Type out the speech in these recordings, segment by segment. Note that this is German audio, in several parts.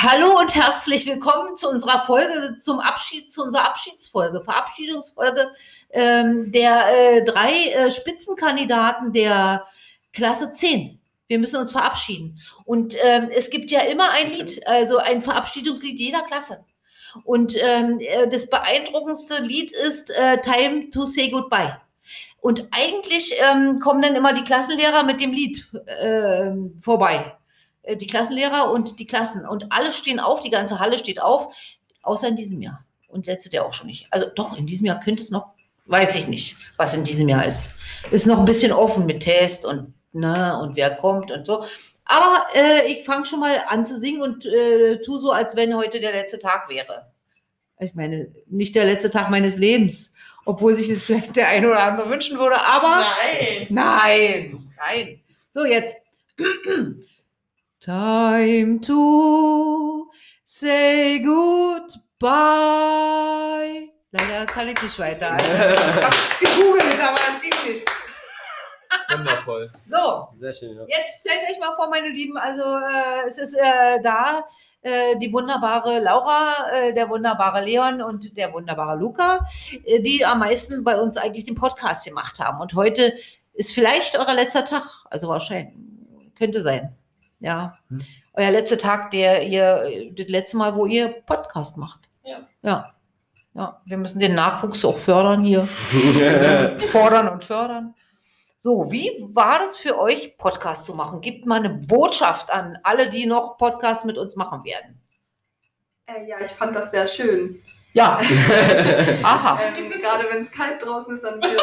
Hallo und herzlich willkommen zu unserer Folge zu unserer Abschiedsfolge, Verabschiedungsfolge der drei Spitzenkandidaten der Klasse 10. Wir müssen uns verabschieden. Und es gibt ja immer ein Lied, also ein Verabschiedungslied jeder Klasse. Und das beeindruckendste Lied ist Time to Say Goodbye. Und eigentlich kommen dann immer die Klassenlehrer mit dem Lied vorbei. Die Klassenlehrer und die Klassen. Und alle stehen auf, die ganze Halle steht auf, außer in diesem Jahr. Und letztes Jahr auch schon nicht. Also doch, in diesem Jahr könnte es noch, weiß ich nicht, was in diesem Jahr ist. Ist noch ein bisschen offen mit Test und wer kommt und so. Aber ich fange schon mal an zu singen und tu so, als wenn heute der letzte Tag wäre. Ich meine, nicht der letzte Tag meines Lebens, obwohl sich das vielleicht der eine oder andere wünschen würde, aber nein. So, jetzt. Time to say goodbye. Leider kann ich nicht weiter. Ich hab's gegoogelt, aber es ging nicht. Wundervoll. So, sehr schön. Ja. Jetzt stellt euch mal vor, meine Lieben, also es ist da die wunderbare Laura, der wunderbare Leon und der wunderbare Luca, die am meisten bei uns eigentlich den Podcast gemacht haben. Und heute ist vielleicht euer letzter Tag, also wahrscheinlich, könnte sein. Ja, euer letzter Tag, das letzte Mal, wo ihr Podcast macht. Ja, wir müssen den Nachwuchs auch fördern hier. Fordern und fördern. So, wie war das für euch, Podcast zu machen? Gebt mal eine Botschaft an alle, die noch Podcast mit uns machen werden. Ja, ich fand das sehr schön. Ja. Aha. Gerade wenn es kalt draußen ist, dann wieder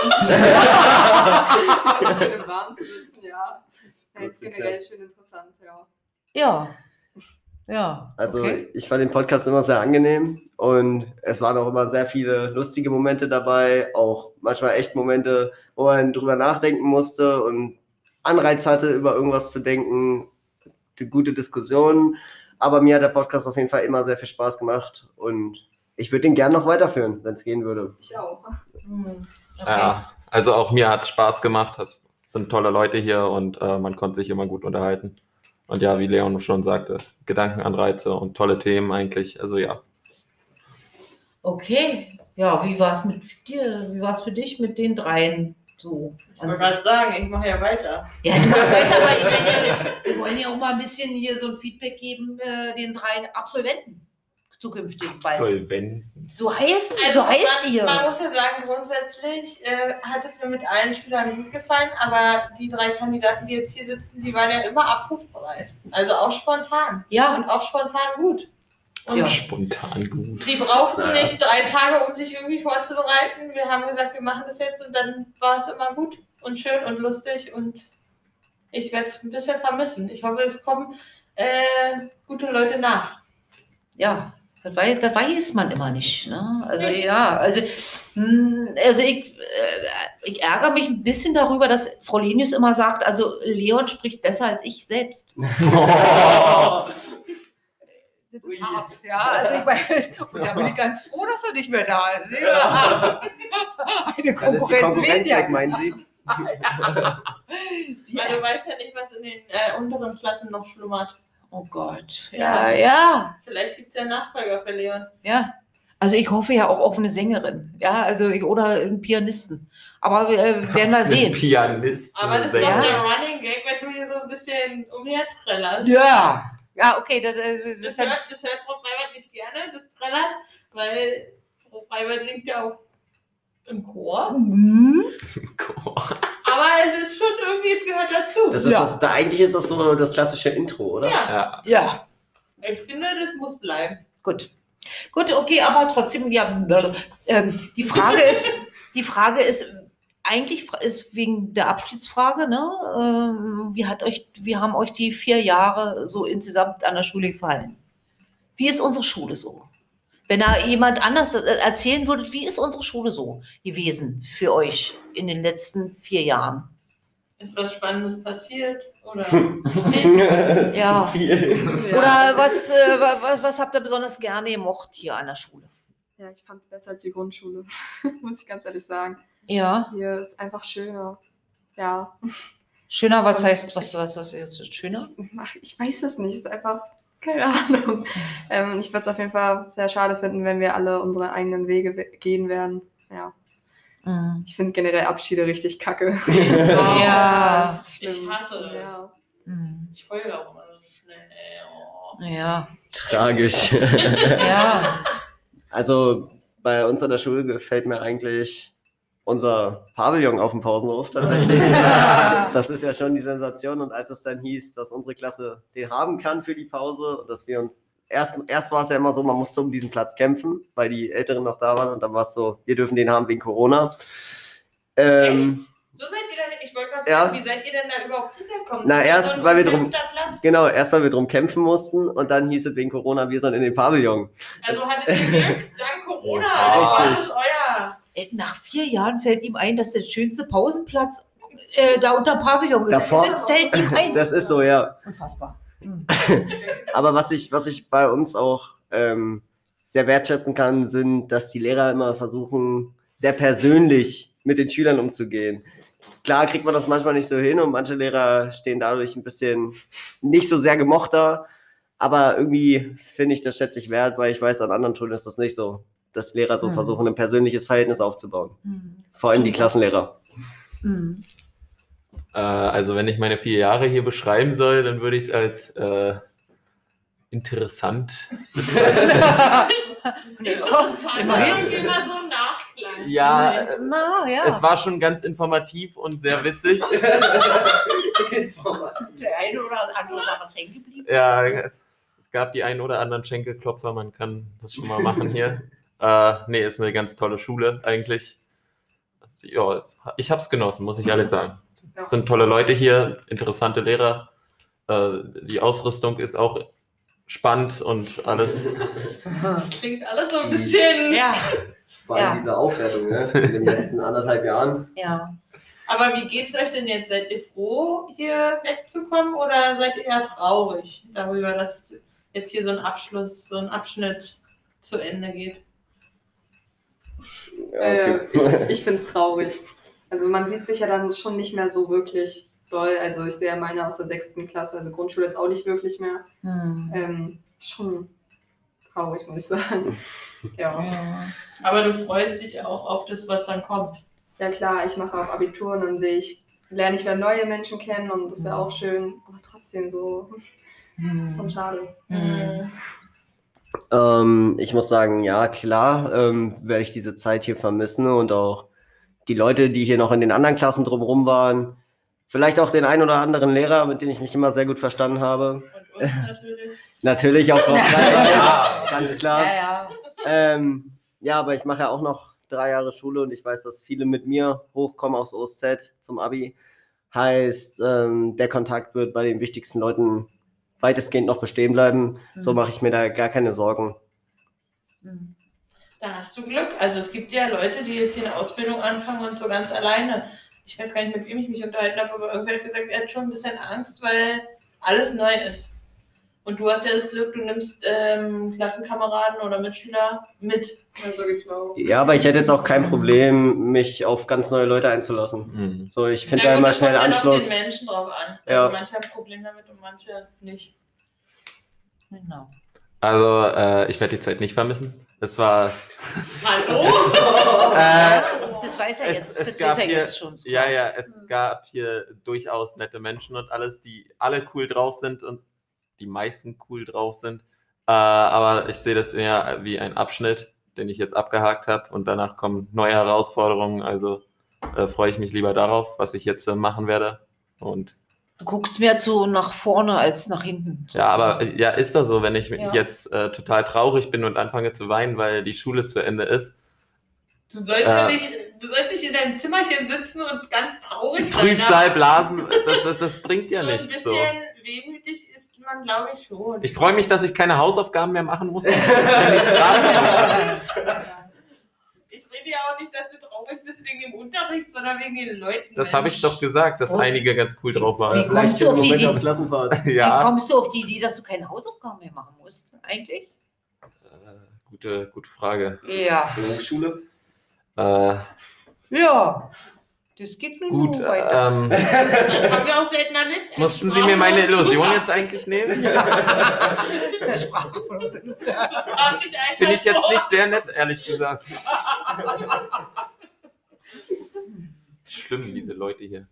schön im Warmen zu sitzen, ja. Das ist generell schön interessant, ja. Ja. Also okay. Ich fand den Podcast immer sehr angenehm und es waren auch immer sehr viele lustige Momente dabei, auch manchmal echt Momente, wo man drüber nachdenken musste und Anreiz hatte, über irgendwas zu denken, gute Diskussionen. Aber mir hat der Podcast auf jeden Fall immer sehr viel Spaß gemacht und ich würde ihn gerne noch weiterführen, wenn es gehen würde. Ich auch. Okay. Ja, also auch mir hat es Spaß gemacht, sind tolle Leute hier und man konnte sich immer gut unterhalten. Und ja, wie Leon schon sagte, Gedankenanreize und tolle Themen eigentlich, also ja. Okay, ja, wie war es mit dir? Wie war es für dich mit den dreien so? Ich wollte gerade sagen, ich mache ja weiter. Ja, du machst weiter, aber wir wollen ja auch mal ein bisschen hier so ein Feedback geben, den dreien Absolventen zukünftig bald. Absolventen. So heißt ihr. Man muss ja sagen, grundsätzlich hat es mir mit allen Schülern gut gefallen, aber die drei Kandidaten, die jetzt hier sitzen, die waren ja immer abrufbereit. Also auch spontan. Ja. Und auch spontan gut. Und Ja. Spontan gut. die brauchten nicht 3 Tage, um sich irgendwie vorzubereiten. Wir haben gesagt, wir machen das jetzt und dann war es immer gut und schön und lustig und ich werde es ein bisschen vermissen. Ich hoffe, es kommen gute Leute nach. Ja, das weiß man immer nicht. Ne? Also ich ärgere mich ein bisschen darüber, dass Frau Lenius immer sagt, also Leon spricht besser als ich selbst. Das ist hart. Ja, also ich meine, und da bin ich ganz froh, dass er nicht mehr da ist. Ja. Eine Dann ist die Konkurrenz Konkurrenz weniger. weg, meinen Sie? Weil du weißt ja nicht, was in den unteren Klassen noch schlummert. Oh Gott. Ja. Vielleicht gibt es ja Nachfolger für Leon. Ja. Also ich hoffe ja auch auf eine Sängerin. Ja, also oder einen Pianisten. Aber werden wir sehen. Pianist. Aber das ist doch der Running Gag, wenn du hier so ein bisschen umherträllerst. Ja. Ja, okay. Das hört Frau Freiwald nicht gerne, das Trällern, weil Frau Freiwald singt ja auch im Chor. Aber es ist schon irgendwie, es gehört dazu. Das ist eigentlich ist das so das klassische Intro, oder? Ja. Ich finde, das muss bleiben. Gut, okay, aber trotzdem, ja, die Frage ist, eigentlich ist wegen der Abschiedsfrage, ne, wie haben euch die 4 Jahre so insgesamt an der Schule gefallen? Wie ist unsere Schule so? Wenn da jemand anders erzählen würde, wie ist unsere Schule so gewesen für euch in den letzten 4 Jahren? Ist was Spannendes passiert oder nicht? Ja. Zu viel. Oder was habt ihr besonders gerne gemocht hier an der Schule? Ja, ich fand es besser als die Grundschule, muss ich ganz ehrlich sagen. Ja. Hier ist einfach schöner. Ja. Schöner, was heißt, was ist schöner? Ich weiß es nicht. Es ist einfach Keine Ahnung. Ich würde es auf jeden Fall sehr schade finden, wenn wir alle unsere eigenen Wege gehen werden. Ja. Mhm. Ich finde generell Abschiede richtig kacke. Ja. Das ist schlimm. Ich hasse das. Ja. Mhm. Ich heule auch immer so schnell. Oh. Ja. Tragisch. Ja. Also bei uns an der Schule gefällt mir eigentlich unser Pavillon auf dem Pausenhof tatsächlich. Das ist ja schon die Sensation. Und als es dann hieß, dass unsere Klasse den haben kann für die Pause und dass wir uns erst war es ja immer so, man musste um diesen Platz kämpfen, weil die Älteren noch da waren und dann war es so, wir dürfen den haben wegen Corona. Echt? So seid ihr dann, ich wollte gerade Ja. sagen, wie seid ihr denn da überhaupt hingekommen? Na, Das ist ja erst, so ein weil wir drum- umkämpfter Platz. Genau, erst weil wir drum kämpfen mussten und dann hieß es wegen Corona, wir sind in den Pavillon. Also hattet ihr Glück, dank Corona. Ja, Das war richtig. alles euer. Nach 4 Jahren fällt ihm ein, dass der schönste Pausenplatz da unter dem Pavillon ist. Davor- Das fällt ihm ein. Das ist so, ja. Unfassbar. Mhm. Aber was ich bei uns auch sehr wertschätzen kann, sind, dass die Lehrer immer versuchen, sehr persönlich mit den Schülern umzugehen. Klar kriegt man das manchmal nicht so hin und manche Lehrer stehen dadurch ein bisschen nicht so sehr gemocht da. Aber irgendwie finde ich, das schätze ich wert, weil ich weiß, an anderen Schulen ist das nicht so, dass Lehrer so Mhm. versuchen, ein persönliches Verhältnis aufzubauen. Mhm. Vor allem die Klassenlehrer. Mhm. Also wenn ich meine 4 Jahre hier beschreiben soll, dann würde ich es als interessant bezeichnen. Nee, Interessant. immerhin. Irgendwie mal so ein Nachklang. Ja, Na, ja. es war schon ganz informativ und sehr witzig. Der eine oder andere war was hängen geblieben. Ja, es gab die einen oder anderen Schenkelklopfer, man kann das schon mal machen hier. Nee, ist eine ganz tolle Schule eigentlich. Ja, ich habe es genossen, muss ich ehrlich sagen. Ja. Es sind tolle Leute hier, interessante Lehrer. Die Ausrüstung ist auch spannend und alles. Das klingt alles so ein bisschen. Ja, Vor allem Ja. diese Aufwertung, ne? In den letzten 1,5 Jahren. ja. Aber wie geht's euch denn jetzt? Seid ihr froh, hier wegzukommen oder seid ihr eher traurig darüber, dass jetzt hier so ein Abschluss, so ein Abschnitt zu Ende geht? Ja, okay. Ich finde es traurig. Also man sieht sich ja dann schon nicht mehr so wirklich doll. Also ich sehe ja meine aus der 6. Klasse, also Grundschule jetzt auch nicht wirklich mehr. Hm. Schon traurig, muss ich sagen. Ja. Ja. Aber du freust dich auch auf das, was dann kommt. Ja klar, ich mache auch Abitur und dann lerne ich wieder neue Menschen kennen und das ist ja auch schön. Aber trotzdem so schon Hm. schade. Hm. Ich muss sagen, ja, klar, werde ich diese Zeit hier vermissen und auch die Leute, die hier noch in den anderen Klassen drumherum waren. Vielleicht auch den einen oder anderen Lehrer, mit dem ich mich immer sehr gut verstanden habe. Und uns natürlich. Natürlich auch Frau Freitag, ja, ganz klar. Ja, ja. Ja, aber ich mache ja auch noch 3 Jahre Schule und ich weiß, dass viele mit mir hochkommen aufs OSZ zum Abi. Heißt, der Kontakt wird bei den wichtigsten Leuten weitestgehend noch bestehen bleiben. So mache ich mir da gar keine Sorgen. Hm. Da hast du Glück. Also es gibt ja Leute, die jetzt hier eine Ausbildung anfangen und so ganz alleine. Ich weiß gar nicht, mit wem ich mich unterhalten habe, aber irgendwer hat gesagt, er hat schon ein bisschen Angst, weil alles neu ist. Und du hast ja das Glück, du nimmst Klassenkameraden oder Mitschüler mit. Ja, so geht's mir auch. Ja, aber ich hätte jetzt auch kein Problem, mich auf ganz neue Leute einzulassen. Mhm. So, ich finde Ja, da gut, immer das schnell kommt ja noch Anschluss. den Menschen drauf an. Ja. Also manche haben ein Problem damit und manche nicht. Genau. Also, ich werde die Zeit nicht vermissen. Es war. Hallo? Das weiß er jetzt. Es Das gab weiß er hier, jetzt schon. ja, es gab hier durchaus nette Menschen und alles, die alle cool drauf sind und die meisten cool drauf sind. Aber ich sehe das eher wie ein Abschnitt, den ich jetzt abgehakt habe und danach kommen neue Herausforderungen. Also freue ich mich lieber darauf, was ich jetzt machen werde. Und Du guckst mehr so nach vorne als nach hinten. ja, aber ja, ist das so, wenn ich Ja. jetzt total traurig bin und anfange zu weinen, weil die Schule zu Ende ist. Du sollst ja nicht in deinem Zimmerchen sitzen und ganz traurig sein. Trübsal blasen, das bringt ja so ein nichts. bisschen So. wehmütig ist man, glaube ich, schon. Ich freue mich, dass ich keine Hausaufgaben mehr machen muss. Wenn die Straßen Ich rede ja auch nicht, dass du traurig bist wegen dem Unterricht, sondern wegen den Leuten. Das habe ich doch gesagt, dass Oh. einige ganz cool drauf Wie waren. Vielleicht kommst du auf im die Moment Idee? auf Klassenfahrt. Wie Ja, kommst du auf die Idee, dass du keine Hausaufgaben mehr machen musst? Eigentlich? gute Frage. Ja. Schule. Äh, Ja. Das geht nur Gut, so weiter. Das haben wir auch selten erlebt. mussten Sie mir meine Illusion jetzt eigentlich nehmen? Der Sprachgebrauch. Das war nicht einfach Finde ich jetzt so. nicht sehr nett, ehrlich gesagt. Schlimm, diese Leute hier.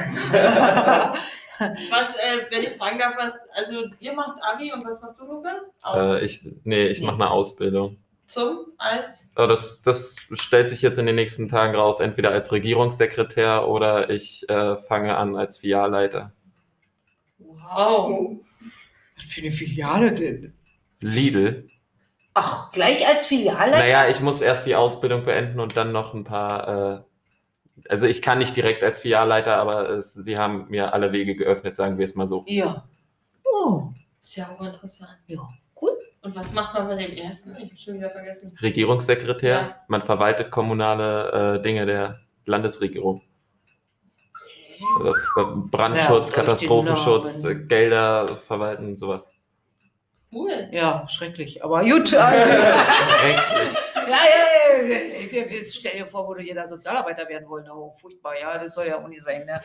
Was, wenn ich fragen darf, also ihr macht Abi und was machst du, Luca? Auch Ich mache eine Ausbildung. als? Aber das stellt sich jetzt in den nächsten Tagen raus, entweder als Regierungssekretär oder ich fange an als Filialleiter. Wow. Was für eine Filiale denn? Lidl. Ach, gleich als Filialleiter? Naja, ich muss erst die Ausbildung beenden und dann noch ein paar. Also ich kann nicht direkt als Filialleiter, aber sie haben mir alle Wege geöffnet, sagen wir es mal so. Ja. Oh, Ist ja auch interessant. ja, cool. Und was macht man bei den ersten? Ich habe schon wieder vergessen. Regierungssekretär, Ja. man verwaltet kommunale Dinge der Landesregierung. Also Brandschutz, Ja, Katastrophenschutz, durch den Gelder verwalten, sowas. Cool. Ja, schrecklich. Aber gut. Schrecklich. Ja. Stell dir vor, wo du jeder Sozialarbeiter werden wollen. Oh, furchtbar. Ja, das soll ja auch nicht sein. Ne?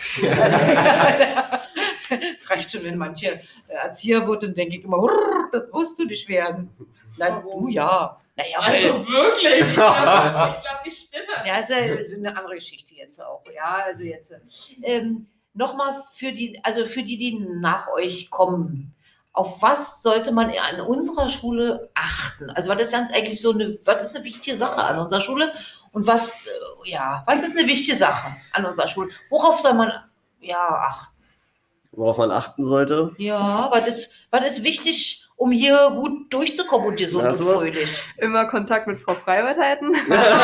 Reicht schon, wenn manche Erzieher wird, dann denke ich immer, das musst du nicht werden. Nein, du ja. Naja, Also wirklich? Ich glaube, ich stimme. ja, ist ja eine andere Geschichte jetzt auch. Ja, also jetzt nochmal für die nach euch kommen. Auf was sollte man an unserer Schule achten? Also was ist eigentlich was ist eine wichtige Sache an unserer Schule? Und was ist eine wichtige Sache an unserer Schule? Worauf soll man achten? Worauf man achten sollte. Ja, was ist wichtig, um hier gut durchzukommen und gesund und sowas? fröhlich? Immer Kontakt mit Frau Freiwald halten.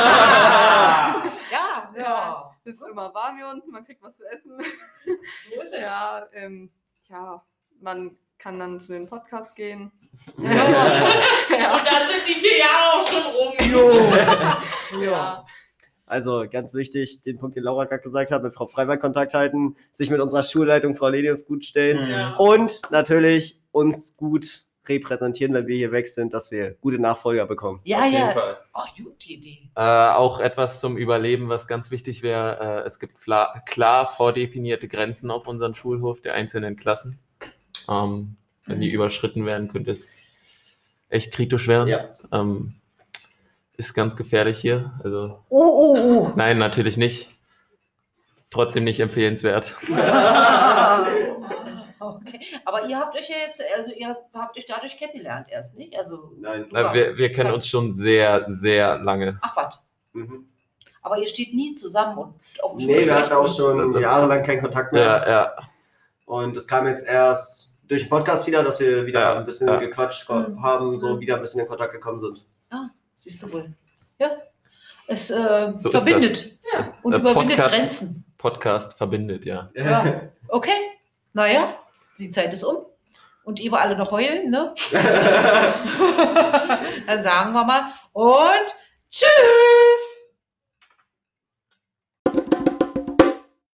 Ja. Es ist immer warm hier unten, man kriegt was zu essen. So ist es. Ja, man kann dann zu den Podcasts gehen. Und dann sind die 4 Jahre auch schon rum. Ja. Also ganz wichtig, den Punkt, den Laura gerade gesagt hat, mit Frau Freiwald Kontakt halten, sich mit unserer Schulleitung, Frau Lenius, gut stellen Ja. und natürlich uns gut repräsentieren, wenn wir hier weg sind, dass wir gute Nachfolger bekommen. Ja, Auf jeden ja. Fall. Ach, gute Idee. Auch etwas zum Überleben, was ganz wichtig wäre. Es gibt klar vordefinierte Grenzen auf unserem Schulhof der einzelnen Klassen. Wenn die überschritten werden, könnte es echt kritisch werden. Ja. Ist ganz gefährlich hier. Also, Oh. nein, natürlich nicht. Trotzdem nicht empfehlenswert. Okay. Aber ihr habt euch ja jetzt, ihr habt euch dadurch kennengelernt erst, nicht? Also, Nein. Wir kennen uns schon sehr, sehr lange. ach was. Mhm. Aber ihr steht nie zusammen und auf dem Nee, wir hatten auch Schulsprechen. schon jahrelang keinen Kontakt mehr. Ja. Und es kam jetzt erst durch den Podcast wieder, dass wir wieder Ja, ein bisschen ja. gequatscht Mhm. haben, so Mhm. wieder ein bisschen in Kontakt gekommen sind. Siehst du wohl. Ja. Es So ist verbindet. Ja. Und überwindet Podcast. Grenzen. Podcast verbindet, ja. Ja. Okay. Naja, die Zeit ist um. Und ihr alle noch heulen, ne? Dann sagen wir mal und tschüss!